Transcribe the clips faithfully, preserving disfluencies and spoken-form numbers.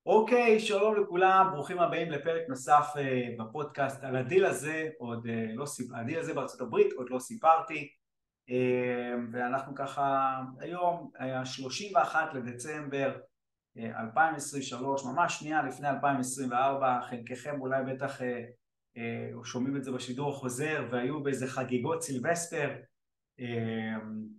אוקיי, שלום לכולם, ברוכים הבאים לפרק נוסף אה, בפודקאסט על הדיל הזה, עוד אה, לא סיפ... הדיל הזה בארצות הברית, עוד לא סיפרתי, אה, ואנחנו ככה, היום היה שלושים ואחד לדצמבר אה, אלפיים עשרים ושלוש, ממש שנייה לפני אלפיים עשרים וארבע, חלקכם אולי בטח אה, אה, שומעים את זה בשידור החוזר, והיו באיזה חגיגות סילבסטר, אה,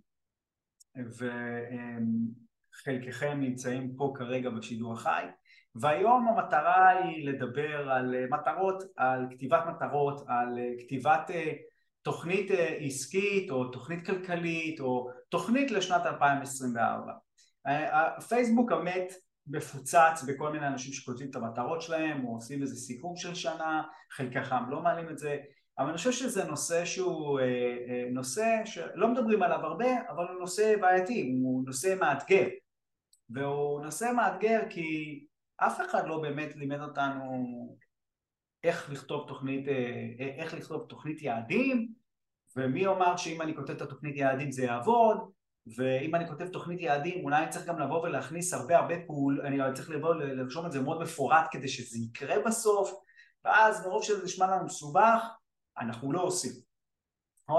וחלקכם נמצאים פה כרגע בשידור החי, והיום המטרה היא לדבר על מטרות, על כתיבת מטרות, על כתיבת תוכנית עסקית או תוכנית כלכלית או תוכנית לשנת אלפיים עשרים וארבע. הפייסבוק המת מפוצץ בכל מיני אנשים שכותבים את המטרות שלהם או עושים איזה סיכום של שנה, חלקם לא מעלים את זה, אבל אני חושב שזה נושא שהוא נושא שלא מדברים עליו הרבה, אבל הוא נושא בעייתי, הוא נושא מאתגר, והוא נושא מאתגר כי אף אחד לא באמת לימד אותנו איך לכתוב תוכנית, איך לכתוב תוכנית יעדים, ומי אומר שאם אני כותב את התוכנית יעדים זה יעבוד, ואם אני כותב תוכנית יעדים אולי אני צריך גם לבוא ולהכניס הרבה הרבה פעול, אני צריך לבוא לרשום את זה מאוד מפורט כדי שזה יקרה בסוף, ואז מרוב שזה נשמע לנו מסובך, אנחנו לא עושים. נכון?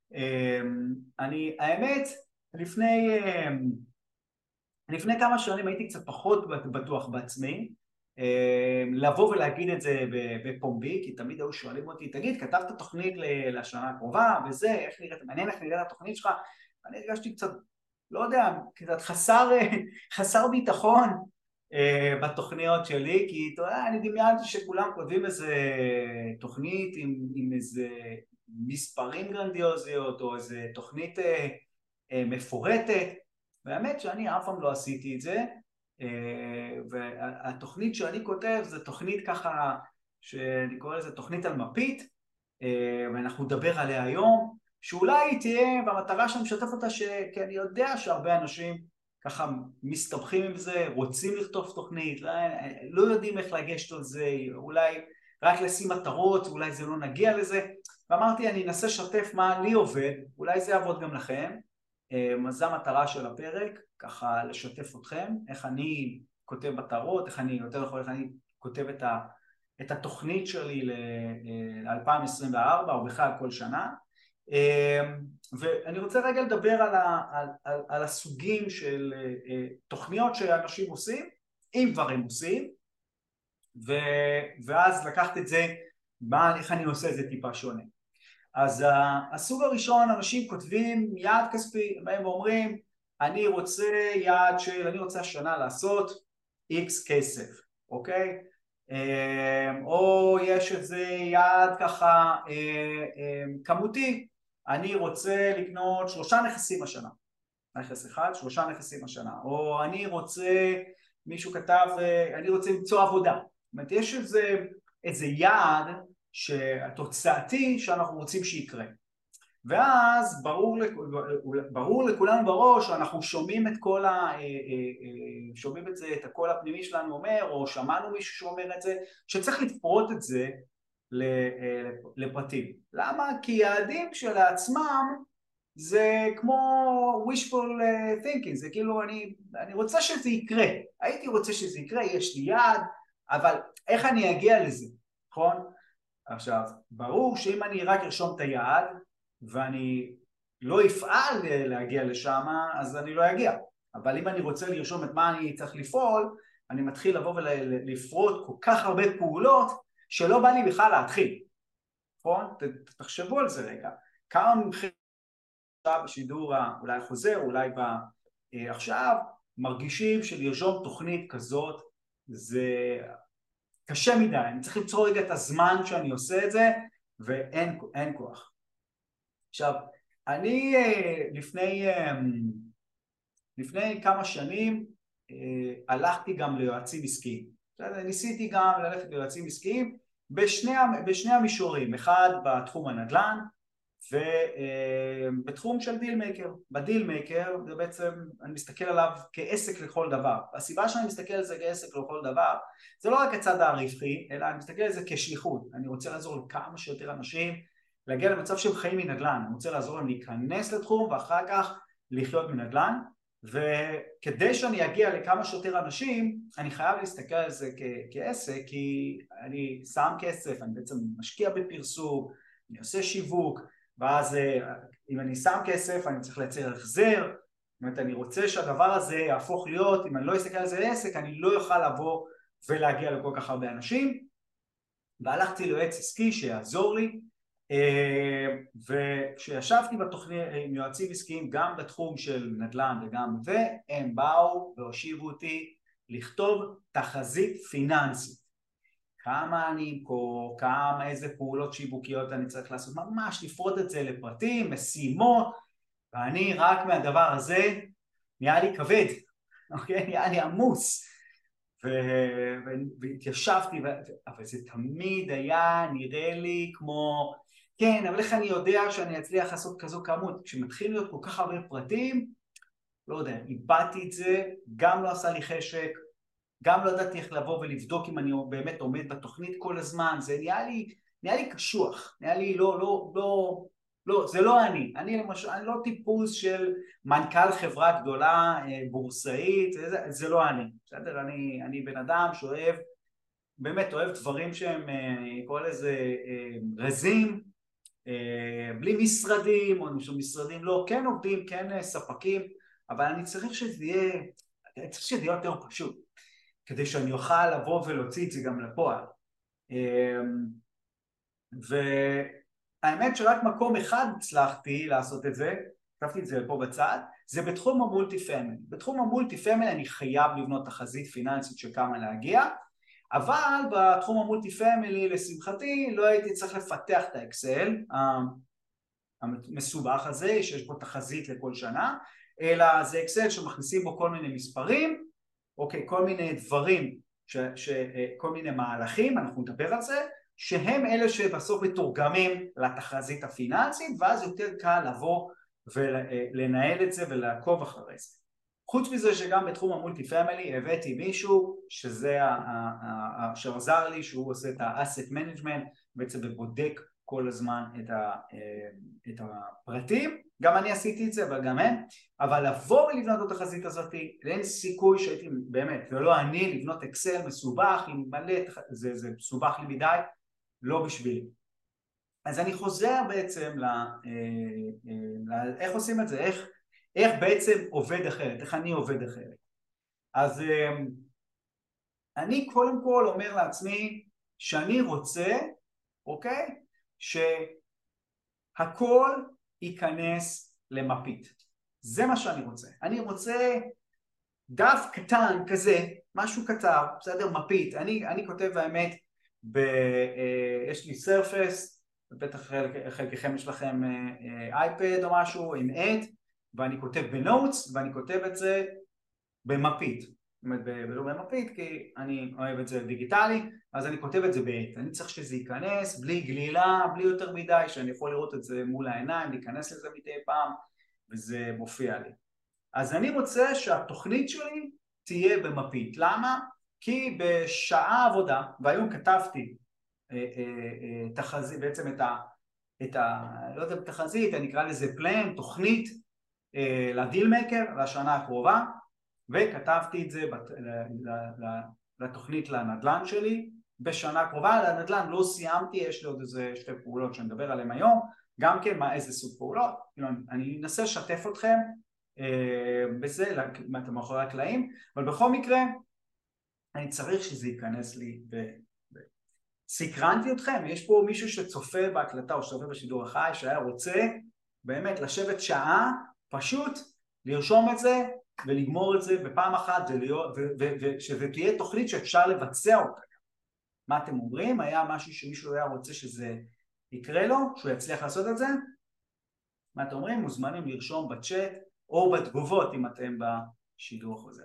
אני, האמת, לפני, לפני כמה שנים הייתי קצת פחות בטוח בעצמי, לבוא ולהגיד את זה בפומבי, כי תמיד היו שואלים אותי, תגיד, כתבת תוכנית לשנה הקרובה, וזה, איך נראית, מעניין איך נראית התוכנית שלך, אני הרגשתי קצת, לא יודע, קצת חסר, חסר ביטחון בתוכניות שלי, כי אתה יודע, אני דמיינתי שכולם כותבים איזה תוכנית עם, עם איזה מספרים גרנדיוזיות, או איזה תוכנית מפורטת, והאמת שאני אף פעם לא עשיתי את זה, והתוכנית שאני כותב זה תוכנית ככה שאני קורא לזה תוכנית על מפית, ואנחנו נדבר עליה היום, שאולי היא תהיה, והמטרה שאני משתף אותה, כי אני יודע שהרבה אנשים ככה מסתבכים עם זה, רוצים לכתוב תוכנית, לא, לא יודעים איך לגשת על זה, אולי רק לשים מטרות, אולי זה לא נגיע לזה, ואמרתי אני אנסה לשתף מה לי עובד, אולי זה יעבוד גם לכם, אז זו המטרה של הפרק, ככה לשתף אתכם, איך אני כותב מטרות, איך אני, יותר נכון, איך אני כותב את, ה, את התוכנית שלי ל-אלפיים עשרים וארבע, או בכלל כל שנה. ואני רוצה רגע לדבר על, ה, על, על, על הסוגים של תוכניות שאנשים עושים, אם כבר הם עושים, ו, ואז לקחת את זה, מה, איך אני עושה את זה טיפה שונה. אז הסוג הראשון, אנשים כותבים יעד כספי, הם אומרים, אני רוצה יעד של, אני רוצה השנה לעשות X כסף, אוקיי? או יש איזה יעד ככה כמותי, אני רוצה לקנות שלושה נכסים השנה, נכס אחד, שלושה נכסים השנה, או אני רוצה, מישהו כתב, אני רוצה למצוא עבודה, זאת אומרת, יש איזה, איזה יעד, שהתוצאתי שאנחנו רוצים שיקרה, ואז ברור, ברור לכולנו בראש שאנחנו שומעים את כל ה... שומעים את זה, את הקול הפנימי שלנו אומר, או שמענו מישהו שאומר את זה, שצריך לפרוט את זה לפרטים. למה? כי יעדים שלעצמם זה כמו wishful thinking, זה כאילו אני, אני רוצה שזה יקרה, הייתי רוצה שזה יקרה, יש לי יעד, אבל איך אני אגיע לזה, נכון? עכשיו, ברור שאם אני רק ארשום את היעד ואני לא אפעל להגיע לשם, אז אני לא אגיע. אבל אם אני רוצה לרשום את מה אני צריך לפעול, אני מתחיל לבוא ולפרוט כל כך הרבה פעולות שלא בא לי בכלל להתחיל. נכון? תחשבו על זה רגע. כמה מומחים בשידור אולי החוזר, אולי עכשיו, מרגישים שלרשום תוכנית כזאת זה קשה מדי, אני צריך למצוא רגע את הזמן שאני עושה את זה, ואין אין כוח. עכשיו, אני לפני, לפני כמה שנים הלכתי גם ליועצים עסקיים. ניסיתי גם ללכת ליועצים עסקיים בשני, בשני המישורים, אחד בתחום הנדל"ן, ובתחום של דיל מייקר. בדיל מייקר זה בעצם, אני מסתכל עליו כעסק לכל דבר. הסיבה שאני מסתכל על זה כעסק לכל דבר, זה לא רק הצד הרווחי, אלא אני מסתכל על זה כשליחות. אני רוצה לעזור לכמה שיותר אנשים להגיע למצב שהם חיים מנדל"ן. אני רוצה לעזור להם להיכנס לתחום ואחר כך לחיות מנדל"ן. וכדי שאני אגיע לכמה שיותר אנשים, אני חייב להסתכל על זה כעסק, כי אני שם כסף, אני בעצם משקיע בפרסום, אני עושה שיווק, ואז אם אני שם כסף אני צריך לייצר החזר, זאת אומרת אני רוצה שהדבר הזה יהפוך להיות, אם אני לא אסתכל על זה לעסק, אני לא יוכל לבוא ולהגיע לכל כך הרבה אנשים, והלכתי ליועץ עסקי שיעזור לי, וכשישבתי בתוכנית עם יועצים עסקיים גם בתחום של נדל"ן וגם והם באו והושיבו אותי לכתוב תחזית פיננסית, כמה אני אמכור, כמה איזה פעולות שיווקיות אני צריך לעשות, ממש לפרוט את זה לפרטים, משימות, ואני רק מהדבר הזה נהיה לי כבד, אוקיי? נהיה לי עמוס, והתיישבתי, אבל זה תמיד היה נראה לי כמו, כן, אבל איך אני יודע שאני אצליח לעשות כזו כמות, כשמתחיל להיות כל כך הרבה פרטים, לא יודע, איבדתי את זה, גם לא עשה לי חשק, גם לא ידעתי איך לבוא ולבדוק אם אני באמת עומד בתוכנית כל הזמן, זה נהיה לי, נהיה לי קשוח, נהיה לי לא, לא, לא, לא, זה לא אני, אני למשל, אני לא טיפוס של מנכ"ל חברה גדולה, בורסאית, זה, זה לא אני, בסדר? אני, אני בן אדם שאוהב, באמת אוהב דברים שהם, כל איזה רזים, בלי משרדים, או משרדים לא, כן עובדים, כן ספקים, אבל אני צריך שזה יהיה, אני צריך שזה יהיה יותר פשוט. כדי שאני אוכל לבוא ולהוציא את זה גם לפועל. והאמת שרק מקום אחד הצלחתי לעשות את זה, כתבתי את זה פה בצד, זה בתחום המולטי פמילי. בתחום המולטי פמילי אני חייב לבנות תחזית פיננסית של כמה להגיע, אבל בתחום המולטי פמילי לשמחתי לא הייתי צריך לפתח את האקסל המסובך הזה שיש בו תחזית לכל שנה, אלא זה אקסל שמכניסים בו כל מיני מספרים, אוקיי, כל מיני דברים, ש, ש, כל מיני מהלכים, אנחנו נדבר על זה, שהם אלה שבסוף מתורגמים לתחזית הפיננסית, ואז יותר קל לבוא ולנהל את זה ולעקוב אחרי זה. חוץ מזה שגם בתחום המולטי פמילי הבאתי מישהו שזה שעזר לי, שהוא עושה את ה-asset management, בעצם ובודק כל הזמן את, ה, את הפרטים, גם אני עשיתי את זה אבל גם הם, אבל לבוא ולבנות את התחזית הזאת, אין סיכוי שהייתי באמת, ולא אני, לבנות אקסל מסובך, עם מלא, זה, זה מסובך לי מדי, לא בשבילי. אז אני חוזר בעצם ל, ל, איך עושים את זה, איך, איך בעצם עובד אחרת, איך אני עובד אחרת. אז אני קודם כל אומר לעצמי שאני רוצה, אוקיי, שהכל ייכנס למפית. זה מה שאני רוצה. אני רוצה דף קטן כזה, משהו קצר, בסדר, מפית. אני, אני כותב האמת, ב, אה, יש לי סרפס, בטח חלק, חלקכם יש לכם אה, אייפד או משהו עם עד, ואני כותב בנוטס, ואני כותב את זה במפית. זאת אומרת, ולא במפית, כי אני אוהב את זה דיגיטלי, אז אני כותב את זה בעט. אני צריך שזה ייכנס בלי גלילה, בלי יותר מדי, שאני יכול לראות את זה מול העיניים, להיכנס לזה מדי פעם, וזה מופיע לי. אז אני רוצה שהתוכנית שלי תהיה במפית. למה? כי בשעה עבודה, והיום כתבתי אה, אה, אה, תחזית, בעצם את ה... את ה לא יודע, תחזית, אני אקרא לזה פלן, תוכנית אה, לדיל מקר, לשנה הקרובה, וכתבתי את זה בת, לתוכנית לנדל"ן שלי בשנה הקרובה. לנדל"ן לא סיימתי, יש לי עוד איזה שתי פעולות שאני מדבר עליהן היום, גם כן מה, איזה סוג פעולות, אני אנסה לשתף אתכם אה, בזה, אתם מאחורי הקלעים, אבל בכל מקרה אני צריך שזה ייכנס לי ב... ב... סקרנתי אתכם, יש פה מישהו שצופה בהקלטה או שצופה בשידור החי, שהיה רוצה באמת לשבת שעה, פשוט לרשום את זה, ולגמור את זה בפעם אחת, ושזה תהיה תוכנית שאפשר לבצע אותה. מה אתם אומרים? היה משהו שמישהו היה רוצה שזה יקרה לו, שהוא יצליח לעשות את זה? מה אתם אומרים? מוזמנים לרשום בצ'אט, או בתגובות אם אתם בשידור החוזר.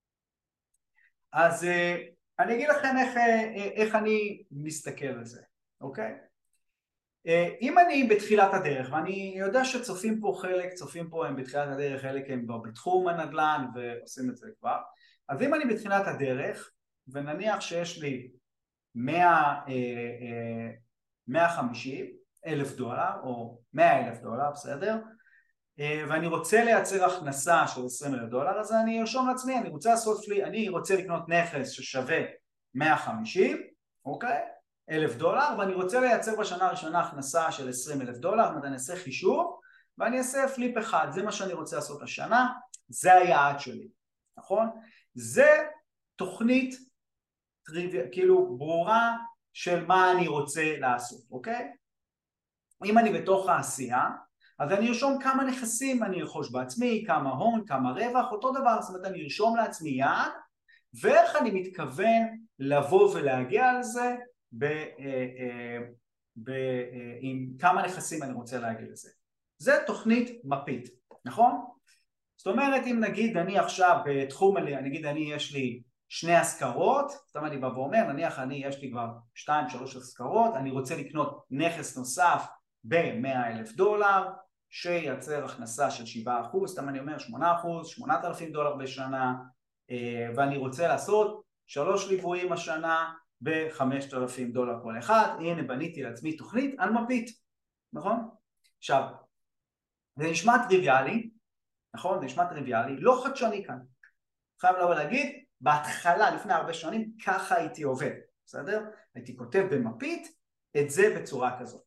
אז אני אגיד לכם איך, איך אני מסתכל על זה, אוקיי? אם אני בתחילת הדרך, ואני יודע שצופים פה חלק, צופים פה הם בתחילת הדרך, חלק הם בתחום הנדל"ן ועושים את זה כבר, אז אם אני בתחילת הדרך, ונניח שיש לי מאה, מאה וחמישים אלף דולר, או מאה אלף דולר, בסדר? ואני רוצה לייצר הכנסה של עשרים אלף דולר, אז אני ארשום לעצמי, אני רוצה לעשות פלי, אני רוצה לקנות נכס ששווה מאה וחמישים, אוקיי? אלף דולר, ואני רוצה לייצר בשנה הראשונה הכנסה של עשרים אלף דולר, זאת אומרת, אני אעשה חישוב, ואני אעשה פליפ אחד, זה מה שאני רוצה לעשות השנה, זה היעד שלי, נכון? זה תוכנית טריוויה, כאילו ברורה של מה אני רוצה לעשות, אוקיי? אם אני בתוך העשייה, אז אני ארשום כמה נכסים אני ארכוש בעצמי, כמה הון, כמה רווח, אותו דבר, זאת אומרת אני ארשום לעצמי יעד, ואיך אני מתכוון לבוא ולהגיע לזה, ב, אה, אה, ב, אה, עם כמה נכסים אני רוצה להגיע לזה. זה תוכנית מפית, נכון? זאת אומרת אם נגיד אני עכשיו בתחום, נגיד אני יש לי שני השכרות, זאת אומרת אני בא ואומר, נניח אני יש לי כבר שתיים שלוש השכרות, אני רוצה לקנות נכס נוסף ב-מאה אלף דולר, שייצר הכנסה של שבעה אחוז, סתם אני אומר שמונה אחוז, שמונת אלפים דולר בשנה, ואני רוצה לעשות שלוש ליוויים השנה ב-חמשת אלפים דולר כל אחד. הנה בניתי לעצמי תוכנית על מפית, נכון? עכשיו, זה נשמע טריוויאלי, נכון? זה נשמע טריוויאלי, לא חדשני כאן. חייב לבוא להגיד, בהתחלה, לפני הרבה שנים, ככה הייתי עובד, בסדר? הייתי כותב במפית את זה בצורה כזאת.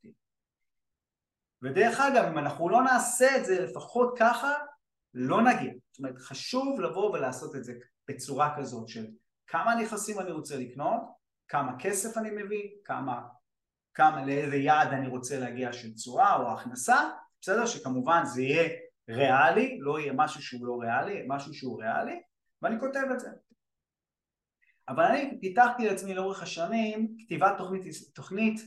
ודרך אגב, אם אנחנו לא נעשה את זה לפחות ככה, לא נגיע. זאת אומרת, חשוב לבוא ולעשות את זה בצורה כזאת של כמה נכסים אני רוצה לקנות, כמה כסף אני מביא, כמה, כמה, לאיזה יעד אני רוצה להגיע של תשואה או הכנסה, בסדר? שכמובן זה יהיה ריאלי, לא יהיה משהו שהוא לא ריאלי, משהו שהוא ריאלי, ואני כותב את זה. אבל אני פיתחתי לעצמי לאורך השנים כתיבת תוכנית, תוכנית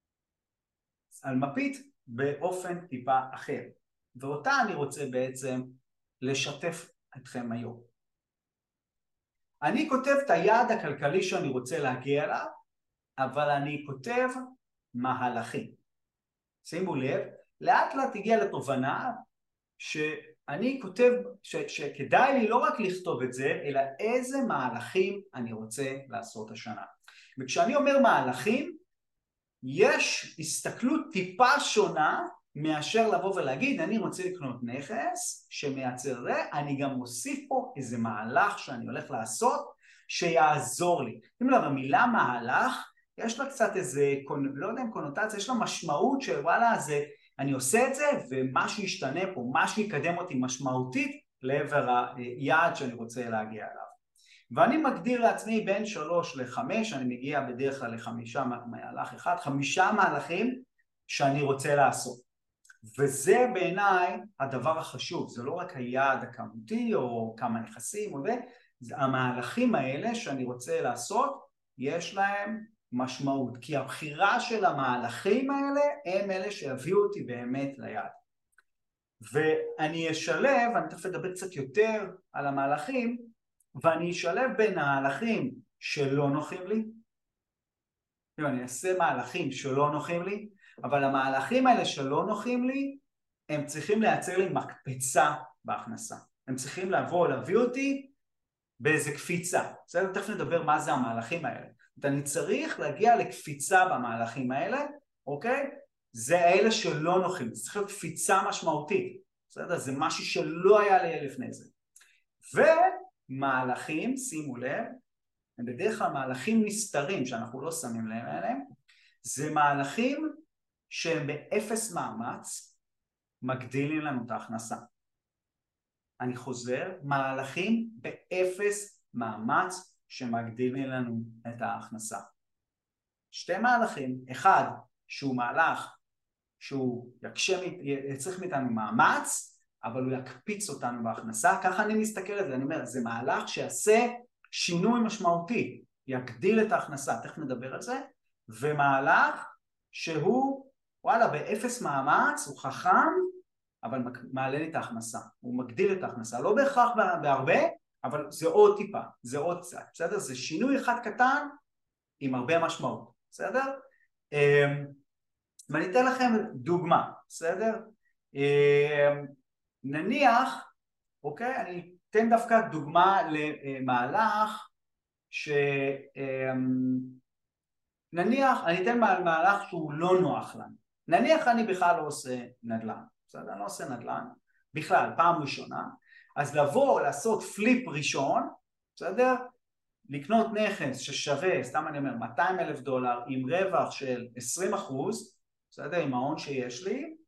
על מפית באופן טיפה אחר, ואותה אני רוצה בעצם לשתף אתכם היום. אני כותב את היעד הכלכלי שאני רוצה להגיע אליו, אבל אני כותב מהלכים. שימו לב, לאט לאט הגיע לתובנה שאני כותב ש, שכדאי לי לא רק לכתוב את זה, אלא איזה מהלכים אני רוצה לעשות השנה. וכשאני אומר מהלכים, יש הסתכלות טיפה שונה מאשר לבוא ולהגיד אני רוצה לקנות נכס שמייצר זה, אני גם מוסיף פה איזה מהלך שאני הולך לעשות שיעזור לי. אם לא, במילה מהלך יש לה קצת איזה, לא יודע אם קונוטציה, יש לה משמעות של וואלה, זה, אני עושה את זה ומשהו ישתנה פה, משהו יקדם אותי משמעותית לעבר היעד שאני רוצה להגיע אליו. ואני מגדיר לעצמי בין שלוש לחמש, אני מגיע בדרך כלל לחמישה מהלך אחד, חמישה מהלכים שאני רוצה לעשות. וזה בעיניי הדבר החשוב, זה לא רק היעד הכמותי או כמה נכסים או זה, המהלכים האלה שאני רוצה לעשות, יש להם משמעות, כי הבחירה של המהלכים האלה הם אלה שיביאו אותי באמת ליעד. ואני אשלב, אני תכף אדבר קצת יותר על המהלכים, ואני אשלב בין ההלכים שלא נוחים לי, אני אעשה מהלכים שלא נוחים לי, אבל המהלכים האלה שלא נוחים לי, הם צריכים לייצר לי מקפצה בהכנסה. הם צריכים לבוא, להביא אותי באיזה קפיצה. בסדר? תכף נדבר מה זה המהלכים האלה. אני צריך להגיע לקפיצה במהלכים האלה, אוקיי? זה האלה שלא נוחים, זה צריך להיות קפיצה משמעותית. בסדר? זה משהו שלא היה לי לפני זה. ומהלכים, שימו לב, הם בדרך כלל מהלכים נסתרים שאנחנו לא שמים להם עליהם, זה מהלכים שהם באפס מאמץ מגדילים לנו את ההכנסה. אני חוזר, מהלכים באפס מאמץ שמגדילים לנו את ההכנסה. שתי מהלכים, אחד שהוא מהלך שהוא יקשה, יצריך מאיתנו מאמץ, אבל הוא יקפיץ אותנו בהכנסה, ככה אני מסתכל על זה, אני אומר, זה מהלך שיעשה שינוי משמעותי, יגדיל את ההכנסה, תכף נדבר על זה, ומהלך שהוא, וואלה, באפס מאמץ, הוא חכם, אבל מעלה לי את ההכנסה, הוא מגדיל את ההכנסה, לא בהכרח בהרבה, אבל זה עוד טיפה, זה עוד קצת, בסדר? זה שינוי אחד קטן עם הרבה משמעות, בסדר? ואני אתן לכם דוגמה, בסדר? נניח, אוקיי, אני אתן דווקא דוגמה למהלך שנניח, אני אתן מהלך שהוא לא נוח לנו. נניח אני בכלל לא עושה נדל"ן, בסדר? אני לא עושה נדל"ן, בכלל, פעם ראשונה, אז לבוא לעשות פליפ ראשון, בסדר? לקנות נכס ששווה, סתם אני אומר, מאתיים אלף דולר עם רווח של עשרים אחוז, בסדר? עם ההון שיש לי,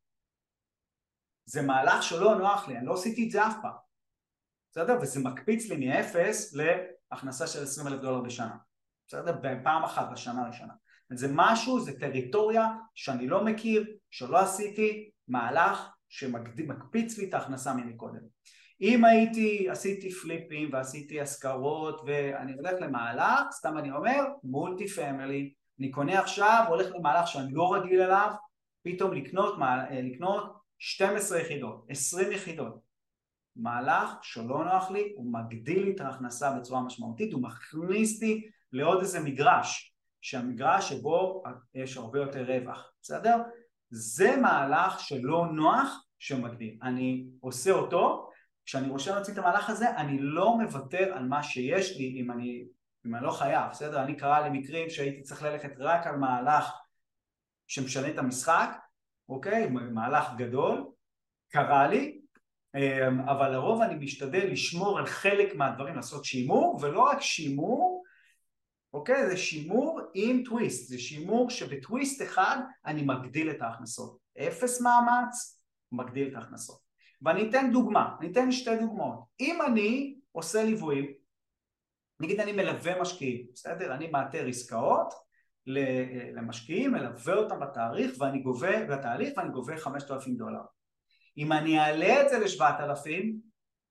זה מהלך שלא נוח לי, אני לא עשיתי את זה אף פעם, בסדר? וזה מקפיץ לי מ-אפס להכנסה של עשרים אלף דולר בשנה, בסדר? בפעם אחת בשנה הראשונה. זה משהו, זה טריטוריה שאני לא מכיר, שלא עשיתי, מהלך שמקפיץ לי את ההכנסה ממקודם. אם הייתי, עשיתי פליפים ועשיתי השכרות ואני הולך למהלך, סתם אני אומר, מולטי פמילי, אני קונה עכשיו, הולך למהלך שאני לא רגיל אליו, פתאום לקנות, לקנות שתים עשרה יחידות, עשרים יחידות. מהלך שלא נוח לי, הוא מגדיל לי את ההכנסה בצורה משמעותית, הוא מכניס לי לעוד איזה מגרש, שהמגרש שבו יש הרבה יותר רווח, בסדר? זה מהלך שלא נוח שמגדיל. אני עושה אותו, כשאני רוצה להוציא את המהלך הזה, אני לא מוותר על מה שיש לי אם אני, אם אני לא חייב, בסדר? אני קרא לי מקרים שהייתי צריך ללכת רק על מהלך שמשנה את המשחק, אוקיי? מהלך גדול, קרא לי, אבל לרוב אני משתדל לשמור על חלק מהדברים, לעשות שימור, ולא רק שימור, אוקיי? זה שימור עם טוויסט, זה שימור שבטוויסט אחד אני מגדיל את ההכנסות. אפס מאמץ, מגדיל את ההכנסות. ואני אתן דוגמה, אני אתן שתי דוגמאות. אם אני עושה ליוויים, נגיד אני מלווה משקיעים, בסדר? אני מאתר עסקאות למשקיעים, מלווה אותם בתאריך ואני גובה, בתהליך ואני גובה חמשת אלפים דולר. אם אני אעלה את זה ל-שבעת אלפים,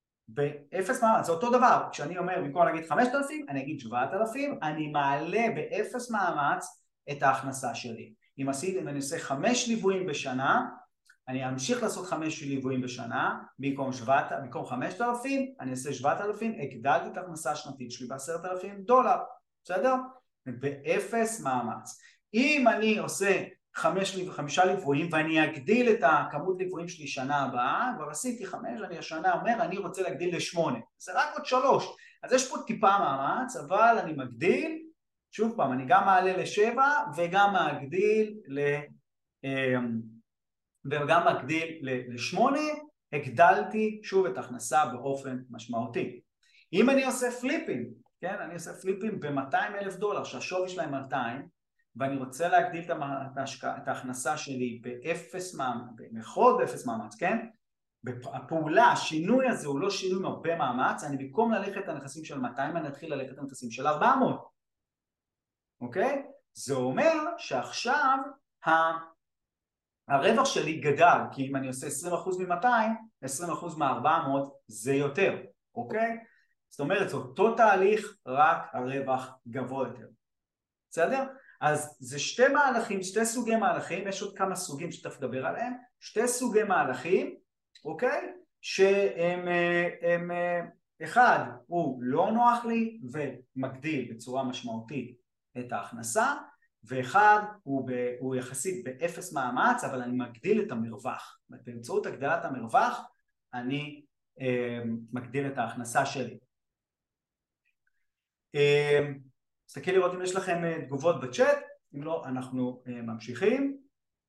באפס מאמץ, זה אותו דבר, כשאני אומר במקום להגיד חמשת אלפים, אני אגיד שבעת אלפים, אני מעלה באפס מאמץ את ההכנסה שלי. אם עשיתי, אם אני עושה חמש ליוויים בשנה, אני אמשיך לעשות חמש ליוויים בשנה, במקום, שבעת, במקום חמשת אלפים, אני אעשה שבעת אלפים, הגדלתי את ההכנסה השנתית שלי בעשרת אלפים דולר, בסדר? באפס מאמץ. אם אני עושה חמש, חמישה ליוויים ואני אגדיל את הכמות ליוויים שלי שנה הבאה, כבר עשיתי חמש, אני השנה אומר, אני רוצה להגדיל לשמונה, זה רק עוד שלוש, אז יש פה טיפה מאמץ, אבל אני מגדיל, שוב פעם, אני גם מעלה לשבע וגם מגדיל ל... וגם מגדיל לשמונה, הגדלתי שוב את ההכנסה באופן משמעותי. אם אני עושה פליפים, כן, אני עושה פליפים ב-מאתיים אלף דולר, שהשווי שלהם מאתיים, ואני רוצה להגדיל את, ההשקע, את ההכנסה שלי באפס מאמץ, במחוד באפס מאמץ, כן? הפעולה, השינוי הזה הוא לא שינוי מהרבה מאמץ, אני במקום ללכת לנכסים של מאתיים, אני אתחיל ללכת לנכסים של ארבע מאות, אוקיי? זה אומר שעכשיו ה... הרווח שלי גדל, כי אם אני עושה עשרים אחוז מ-מאתיים, עשרים אחוז מה-ארבע מאות זה יותר, אוקיי? זאת אומרת, זה אותו תהליך, רק הרווח גבוה יותר. בסדר? אז זה שתי מהלכים, שתי סוגי מהלכים, יש עוד כמה סוגים שתכף נדבר עליהם, שתי סוגי מהלכים, אוקיי? שהם, הם, אחד, הוא לא נוח לי ומגדיל בצורה משמעותית את ההכנסה, ואחד הוא, ב, הוא יחסית באפס מאמץ, אבל אני מגדיל את המרווח. באמצעות הגדלת המרווח, אני אה, מגדיל את ההכנסה שלי. אה, תסתכלי לראות אם יש לכם תגובות בצ'אט, אם לא, אנחנו אה, ממשיכים.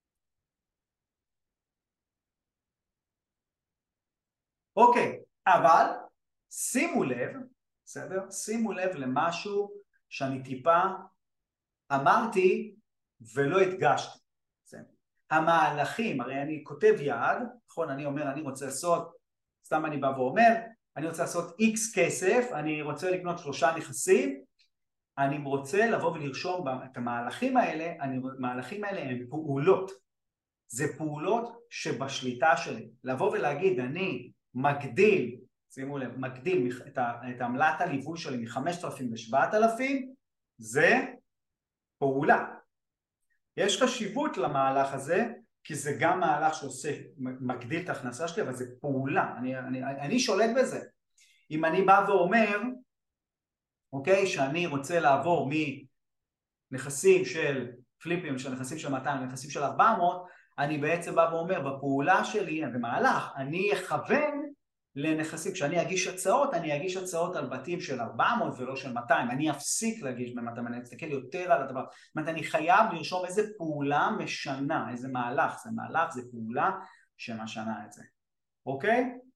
אוקיי, אבל שימו לב, בסדר? שימו לב למשהו שאני טיפה אמרתי ולא הדגשתי. המהלכים, הרי אני כותב יעד, נכון, אני אומר, אני רוצה לעשות, סתם אני בא ואומר, אני רוצה לעשות X כסף, אני רוצה לקנות שלושה נכסים, אני רוצה לבוא ולרשום את המהלכים האלה, המהלכים האלה הם פעולות, זה פעולות שבשליטה שלי, לבוא ולהגיד, אני מגדיל, שימו לב, מגדיל את עמלת הליווי שלי מ-חמשת אלפים ל-שבעת אלפים, זה פעולה. יש חשיבות למהלך הזה, כי זה גם מהלך שעושה, מגדיל את ההכנסה שלי, אבל זה פעולה, אני, אני, אני שולט בזה. אם אני בא ואומר, אוקיי, שאני רוצה לעבור מנכסים של פליפים, של נכסים של מאתיים לנכסים של ארבע מאות, אני בעצם בא ואומר, בפעולה שלי, במהלך, אני אכוון לנכסים, כשאני אגיש הצעות, אני אגיש הצעות על בתים של ארבע מאות ולא של מאתיים, אני אפסיק להגיש ב-מאתיים, אני אסתכל יותר על הדבר, זאת אומרת, אני חייב לרשום איזה פעולה משנה, איזה מהלך, זה מהלך, זה פעולה שמשנה את זה, אוקיי?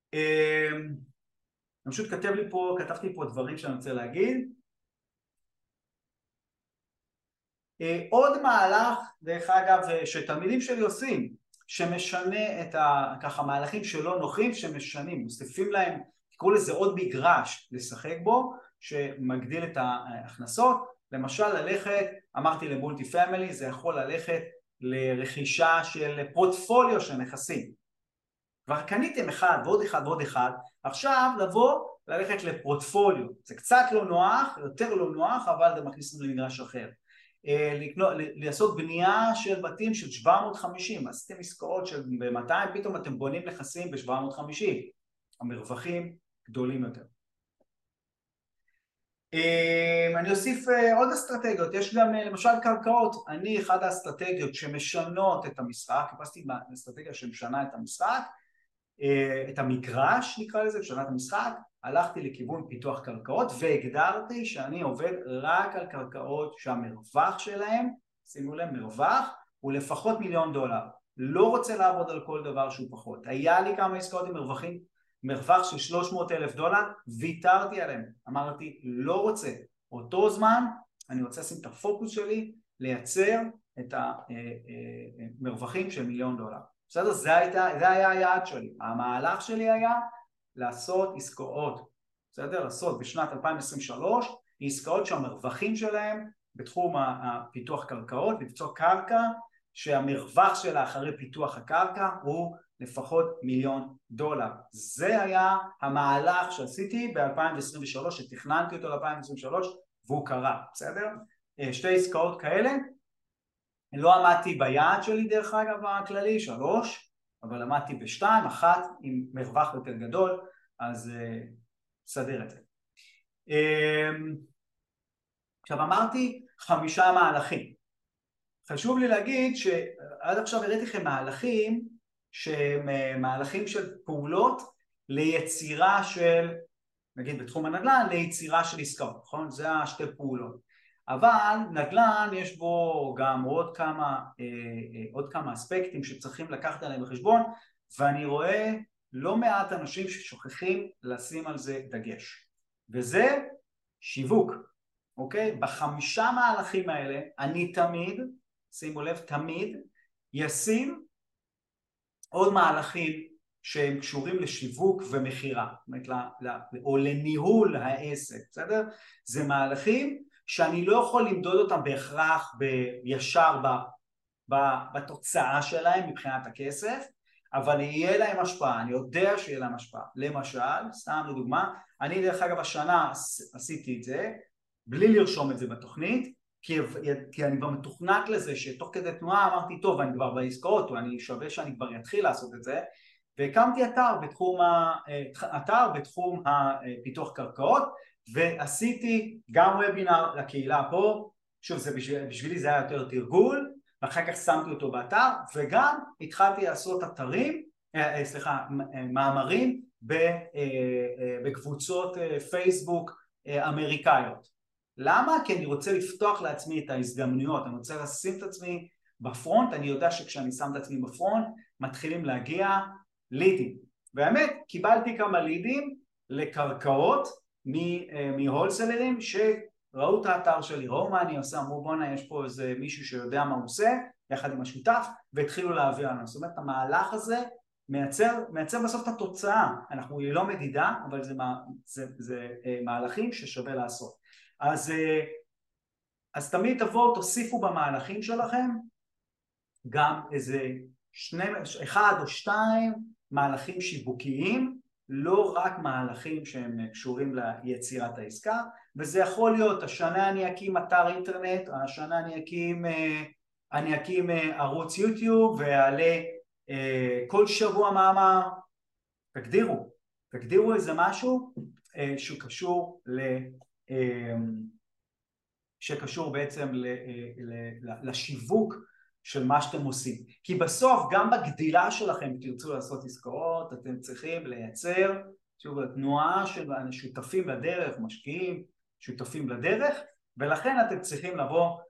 אני פשוט כתב לי פה, כתבתי פה דברים שאני רוצה להגיד. עוד מהלך, דרך אגב, שתלמידים שלי עושים, שמשנה את ה... ככה מהלכים שלא נוחים, שמשנים, מוסיפים להם, תקראו לזה עוד מגרש לשחק בו, שמגדיל את ההכנסות. למשל ללכת, אמרתי למולטי פמילי, זה יכול ללכת לרכישה של פורטפוליו של נכסים. כבר קניתם אחד ועוד אחד ועוד אחד, עכשיו לבוא ללכת לפורטפוליו. זה קצת לא נוח, יותר לא נוח, אבל זה מכניס למגרש אחר. לעשות בנייה של בתים של שבע מאות וחמישים, עשיתם עסקאות של ב-מאתיים, פתאום אתם בונים נכסים ב-שבע מאות וחמישים, המרווחים גדולים יותר. אני אוסיף עוד אסטרטגיות, יש גם למשל קרקעות. אני אחד האסטרטגיות שמשנות את המשחק, חיפשתי אסטרטגיה שמשנה את המשחק, את המגרש נקרא לזה, משנה את המשחק, הלכתי לכיוון פיתוח קרקעות והגדרתי שאני עובד רק על קרקעות שהמרווח שלהם, שימו להם מרווח, הוא לפחות מיליון דולר. לא רוצה לעבוד על כל דבר שהוא פחות. היה לי כמה עסקאות עם מרווחים, מרווח של שלוש מאות אלף דולר, ויתרתי עליהם. אמרתי, לא רוצה. אותו זמן אני רוצה לשים את הפוקוס שלי, לייצר את המרווחים של מיליון דולר. בסדר? זה, הייתה, זה היה היעד שלי. המהלך שלי היה לעשות עסקאות, בסדר? לעשות בשנת אלפיים עשרים ושלוש עסקאות שהמרווחים שלהם בתחום הפיתוח קרקעות, למצוא קרקע שהמרווח שלה אחרי פיתוח הקרקע הוא לפחות מיליון דולר. זה היה המהלך שעשיתי ב-אלפיים עשרים ושלוש, שתכננתי אותו ב-אלפיים עשרים ושלוש והוא קרה, בסדר? שתי עסקאות כאלה. לא עמדתי ביעד שלי דרך אגב הכללי, שלוש, אבל עמדתי בשתיים, אחת עם מרווח יותר גדול, אז uh, סדר את זה. Um, עכשיו אמרתי חמישה מהלכים. חשוב לי להגיד שעד עכשיו הראיתי לכם מהלכים, שהם מהלכים של פעולות ליצירה של, נגיד בתחום הנדל"ן, ליצירה של עסקאות, נכון? זה השתי פעולות. אבל נדל"ן יש בו גם עוד כמה, עוד כמה אספקטים שצריכים לקחת עליהם בחשבון, ואני רואה לא מעט אנשים ששוכחים לשים על זה דגש. וזה שיווק, אוקיי? בחמישה מהלכים האלה אני תמיד, שימו לב, תמיד ישים עוד מהלכים שהם קשורים לשיווק ומחירה, זאת אומרת, או לניהול העסק, בסדר? זה מהלכים שאני לא יכול למדוד אותם בהכרח בישר בתוצאה שלהם מבחינת הכסף, אבל יהיה להם השפעה, אני יודע שיהיה להם השפעה. למשל, סתם לדוגמה, אני דרך אגב השנה עשיתי את זה, בלי לרשום את זה בתוכנית, כי, כי אני כבר מתוכנק לזה שתוך כדי תנועה אמרתי, טוב, אני כבר בעסקאות, או אני שווה שאני כבר אתחיל לעשות את זה, והקמתי אתר בתחום, אתר בתחום הפיתוח קרקעות, ועשיתי גם וובינר לקהילה פה, שוב, זה בשביל, בשבילי זה היה יותר תרגול, ואחר כך שמתי אותו באתר, וגם התחלתי לעשות אתרים, אה, סליחה, מאמרים בקבוצות פייסבוק אמריקאיות. למה? כי אני רוצה לפתוח לעצמי את ההזדמנויות, אני רוצה לשים את עצמי בפרונט, אני יודע שכשאני שם את עצמי בפרונט, מתחילים להגיע לידים. באמת, קיבלתי כמה לידים לקרקעות מהולסלרים שראו את האתר שלי, ראו מה אני עושה, אמרו בונה, יש פה איזה מישהו שיודע מה הוא עושה, יחד עם השותף, והתחילו להעביר לנו. זאת אומרת, המהלך הזה מייצר, מייצר בסוף את התוצאה. אנחנו לא מדידה, אבל זה, זה, זה מהלכים ששווה לעשות. אז, אז תמיד תבואו, תוסיפו במהלכים שלכם גם איזה שני, אחד או שתיים מהלכים שיווקיים, לא רק מהלכים שהם קשורים ליצירת העסקה, וזה יכול להיות, השנה אני אקים אתר אינטרנט, השנה אני אקים, אני אקים ערוץ יוטיוב, ואעלה כל שבוע מאמר, תגדירו, תגדירו איזה משהו שקשור ל... שקשור בעצם לשיווק של מה שאתם עושים. כי בסוף גם בגדילה שלכם תרצו לעשות עסקאות, אתם צריכים לייצר שוב תנועה של שותפים לדרך, משקיעים, שותפים לדרך, ולכן אתם צריכים לבוא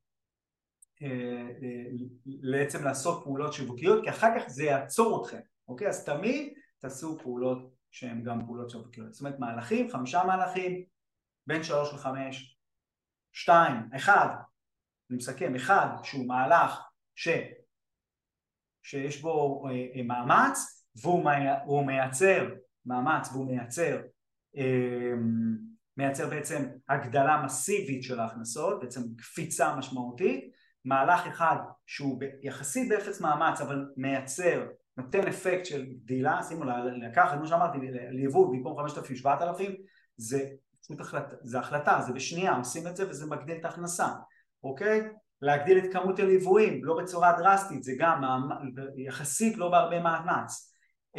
ובעצם לעשות פעולות שיווקיות, כי אחר כך זה יעצור אתכם, אוקיי? אז תמיד תעשו פעולות שהן גם פעולות של בקרת. זאת אומרת, מהלכים, חמישה מהלכים, בין שלוש לחמש, שתיים, אחד, אני מסכם, אחד שהוא מהלך ש, שיש בו אה, מאמץ, והוא מייצר מאמץ, והוא מייצר, אה, מייצר בעצם הגדלה מסיבית של ההכנסות, בעצם קפיצה משמעותית, מהלך אחד שהוא יחסית באפס מאמץ, אבל מייצר, נותן אפקט של גדילה, שימו לקחת, כמו שאמרתי, ליווי במקום חמשת אלפים שבעת אלפים, זה החלטה, זה החלטה, זה בשנייה, עושים את זה וזה מגדיל את ההכנסה, אוקיי? להגדיל את כמות הליוויים, לא בצורה דרסטית, זה גם יחסית לא בהרבה מאמץ.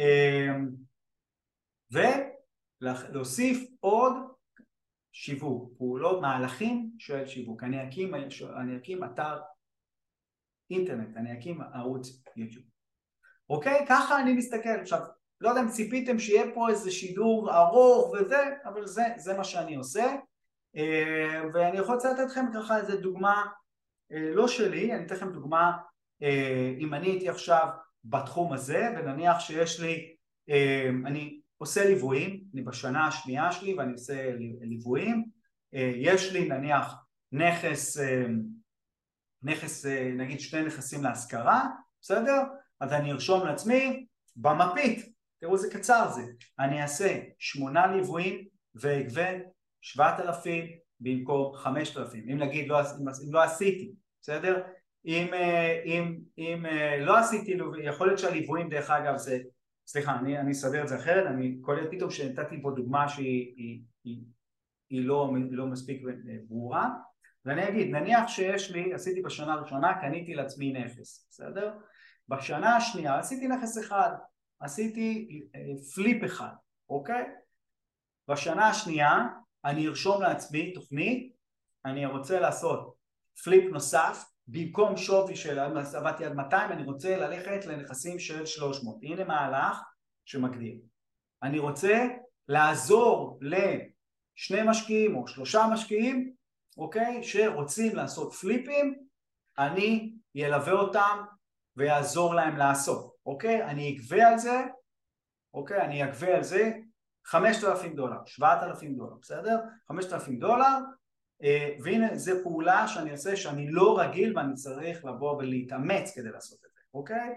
ולהוסיף עוד שיווק, פעולות, מהלכים של שיווק. אני אקים, אני אקים אתר אינטרנט, אני אקים ערוץ יוטיוב. אוקיי? ככה אני מסתכל. עכשיו, לא יודע אם ציפיתם שיהיה פה איזה שידור ארוך וזה, אבל זה, זה מה שאני עושה. ואני יכול לתת לכם ככה איזה דוגמה, לא שלי, אני אתן לכם דוגמה, אם אני הייתי עכשיו בתחום הזה, ונניח שיש לי, אני עושה ליוויים, אני בשנה השנייה שלי ואני עושה ליוויים, יש לי נניח נכס, נכס, נגיד שני נכסים להשכרה, בסדר? אז אני ארשום לעצמי במפית, תראו איזה קצר זה, אני אעשה שמונה ליוויים ואגבה שבעת אלפים במקום חמשת אלפים, אם נגיד לא, אם לא עשיתי, בסדר? אם, אם, אם לא עשיתי, יכול להיות שהליוויים דרך אגב זה, סליחה, אני, אני אסדר את זה אחרת, אני קולט פתאום שנתתי פה דוגמה שהיא היא, היא, היא לא, לא מספיק ברורה, ואני אגיד, נניח שיש לי, עשיתי בשנה הראשונה, קניתי לעצמי נכס, בסדר? בשנה השנייה עשיתי נכס אחד, עשיתי פליפ אחד, אוקיי? בשנה השנייה אני ארשום לעצמי תוכנית, אני רוצה לעשות פליפ נוסף, במקום שווי של עבדתי עד מאתיים, אני רוצה ללכת לנכסים של שלוש מאות. הנה מהלך שמגדיל. אני רוצה לעזור לשני משקיעים או שלושה משקיעים, אוקיי, שרוצים לעשות פליפים, אני ילווה אותם ויעזור להם לעשות, אוקיי? אני אגבה על זה, אוקיי? אני אגבה על זה חמשת אלפים דולר, שבעת אלפים דולר, בסדר? חמשת אלפים דולר, והנה זו פעולה שאני עושה שאני לא רגיל ואני צריך לבוא ולהתאמץ כדי לעשות את זה, אוקיי?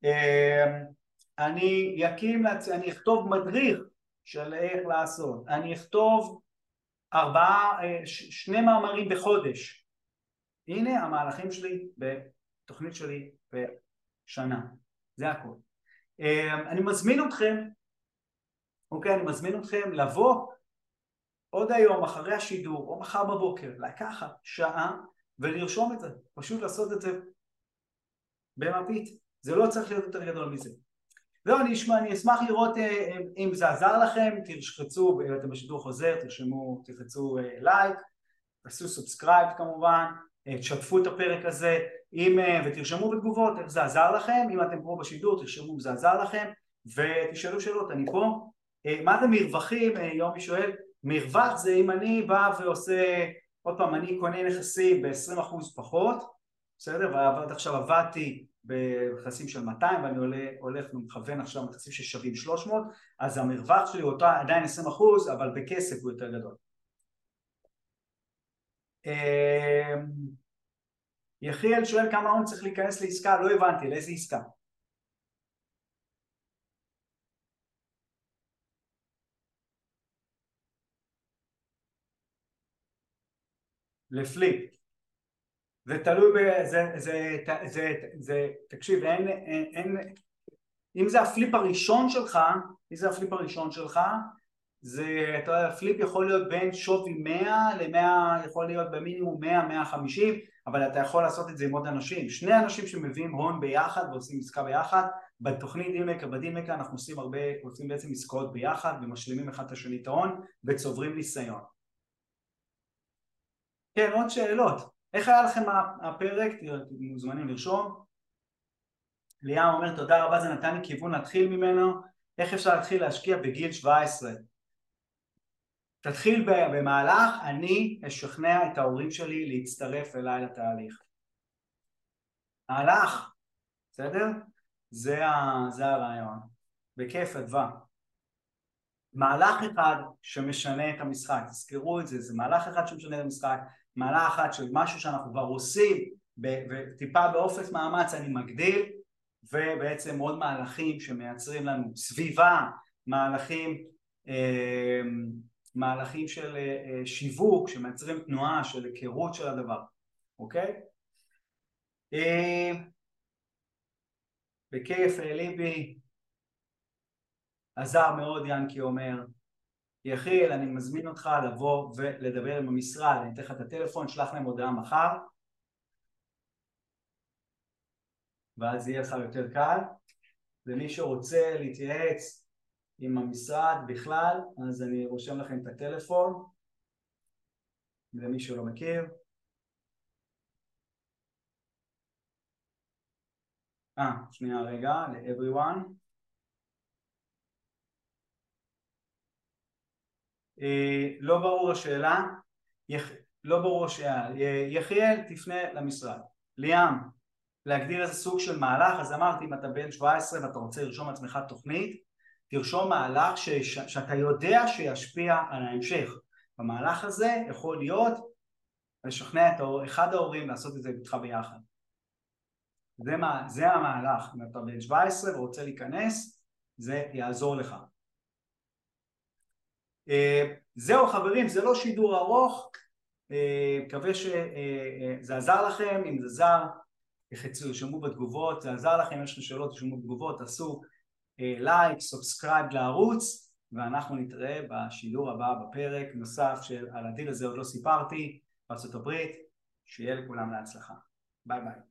אני אקים, אני אכתוב מדריך של איך לעשות, אני אכתוב ארבעה, שני מאמרים בחודש, הנה המהלכים שלי בתוכנית שלי בשנה, זה הכל. אני מזמין אתכם, אוקיי, אני מזמין אתכם לבוא עוד היום אחרי השידור או מחר בבוקר, לקחת שעה ולרשום את זה, פשוט לעשות את זה במפית, זה לא צריך להיות יותר גדול מזה. זהו, אני, אני אשמח לראות אם זה עזר לכם, תלחצו, אתם בשידור חוזר, תרשמו, תלחצו לייק, תעשו סובסקרייב כמובן, תשתפו את הפרק הזה, אם, ותרשמו בתגובות איך זה עזר לכם, אם אתם פה בשידור תרשמו אם זה עזר לכם, ותשאלו שאלות, אני פה. מה זה מרווחים? יומי שואל, מרווח זה אם אני בא ועושה, עוד פעם, אני קונה נכסים ב-עשרים אחוז פחות, בסדר? ועד עכשיו עבדתי בנכסים של מאתיים ואני עולה, הולך ומכוון עכשיו נכסים ששווים שלוש מאות, אז המרווח שלי הוא אותה עדיין עשרים אחוז, אבל בכסף הוא יותר גדול. יחיאל שואל כמה הון צריך להיכנס לעסקה, לא הבנתי, לאיזה עסקה? לפליפ. זה תלוי ב... זה, זה, זה, זה, תקשיב, אין, אין, אין, אם זה הפליפ הראשון שלך, אם זה הפליפ הראשון שלך, זה, אתה יודע, הפליפ יכול להיות בין שווי מאה ל-מאה, יכול להיות במינימום מאה, מאה וחמישים, אבל אתה יכול לעשות את זה עם עוד אנשים. שני אנשים שמביאים הון ביחד ועושים עסקה ביחד, בתוכנית דימקה, בדימקה אנחנו עושים הרבה, עושים בעצם עסקאות ביחד ומשלימים אחד את השני את ההון וצוברים ניסיון. כן, עוד שאלות. איך היה לכם הפרק? אתם מוזמנים לרשום. ליאם אומר תודה רבה, זה נתן לי כיוון להתחיל ממנו. איך אפשר להתחיל להשקיע בגיל שבע עשרה? תתחיל במהלך, אני אשכנע את ההורים שלי להצטרף אליי לתהליך. מהלך, בסדר? זה, ה, זה הרעיון. בכיף אדווה. מהלך אחד שמשנה את המשחק, תזכרו את זה, זה מהלך אחד שמשנה את המשחק, מהלך אחד של משהו שאנחנו כבר עושים, וטיפה באופן מאמץ אני מגדיל, ובעצם עוד מהלכים שמייצרים לנו סביבה, מהלכים, אה, מהלכים של אה, שיווק, שמייצרים תנועה של היכרות של הדבר, אוקיי? אה, בכיף, ליבי, עזר מאוד ינקי אומר, יחיל, אני מזמין אותך לבוא ולדבר עם המשרד, אני אתן לך את הטלפון, שלח להם הודעה מחר, ואז יהיה לך יותר קל. ומי שרוצה להתייעץ עם המשרד בכלל, אז אני רושם לכם את הטלפון, למי שלא מכיר. אה, שנייה רגע, ל-everyone. אה, לא ברור השאלה, יח... לא ברור השאלה, יחיאל תפנה למשרד. ליאם, להגדיר איזה סוג של מהלך, אז אמרתי אם אתה בן שבע עשרה ואתה רוצה לרשום עצמך תוכנית, תרשום מהלך ש... שאתה יודע שישפיע על ההמשך. במהלך הזה יכול להיות לשכנע את אחד ההורים לעשות את זה איתך ביחד. זה, מה... זה המהלך, אם אתה בן שבע עשרה ורוצה להיכנס, זה יעזור לך. זהו חברים, זה לא שידור ארוך, מקווה שזה עזר לכם, אם זה עזר, תרשמו בתגובות, זה עזר לכם, יש לכם שאלות, תרשמו בתגובות, תעשו לייק, סובסקרייב לערוץ, ואנחנו נתראה בשידור הבא בפרק נוסף של על הדיל הזה עוד לא סיפרתי, בארצות הברית, שיהיה לכולם להצלחה. ביי ביי.